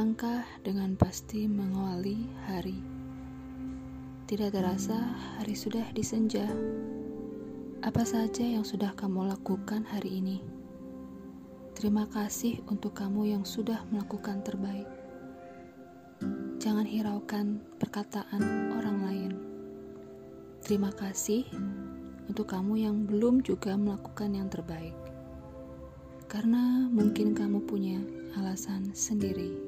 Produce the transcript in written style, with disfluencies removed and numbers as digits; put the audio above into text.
Melangkah dengan pasti mengawali hari. Tidak terasa hari sudah di senja. Apa saja yang sudah kamu lakukan hari ini? Terima kasih untuk kamu yang sudah melakukan terbaik. Jangan hiraukan perkataan orang lain. Terima kasih untuk kamu yang belum juga melakukan yang terbaik. Karena mungkin kamu punya alasan sendiri.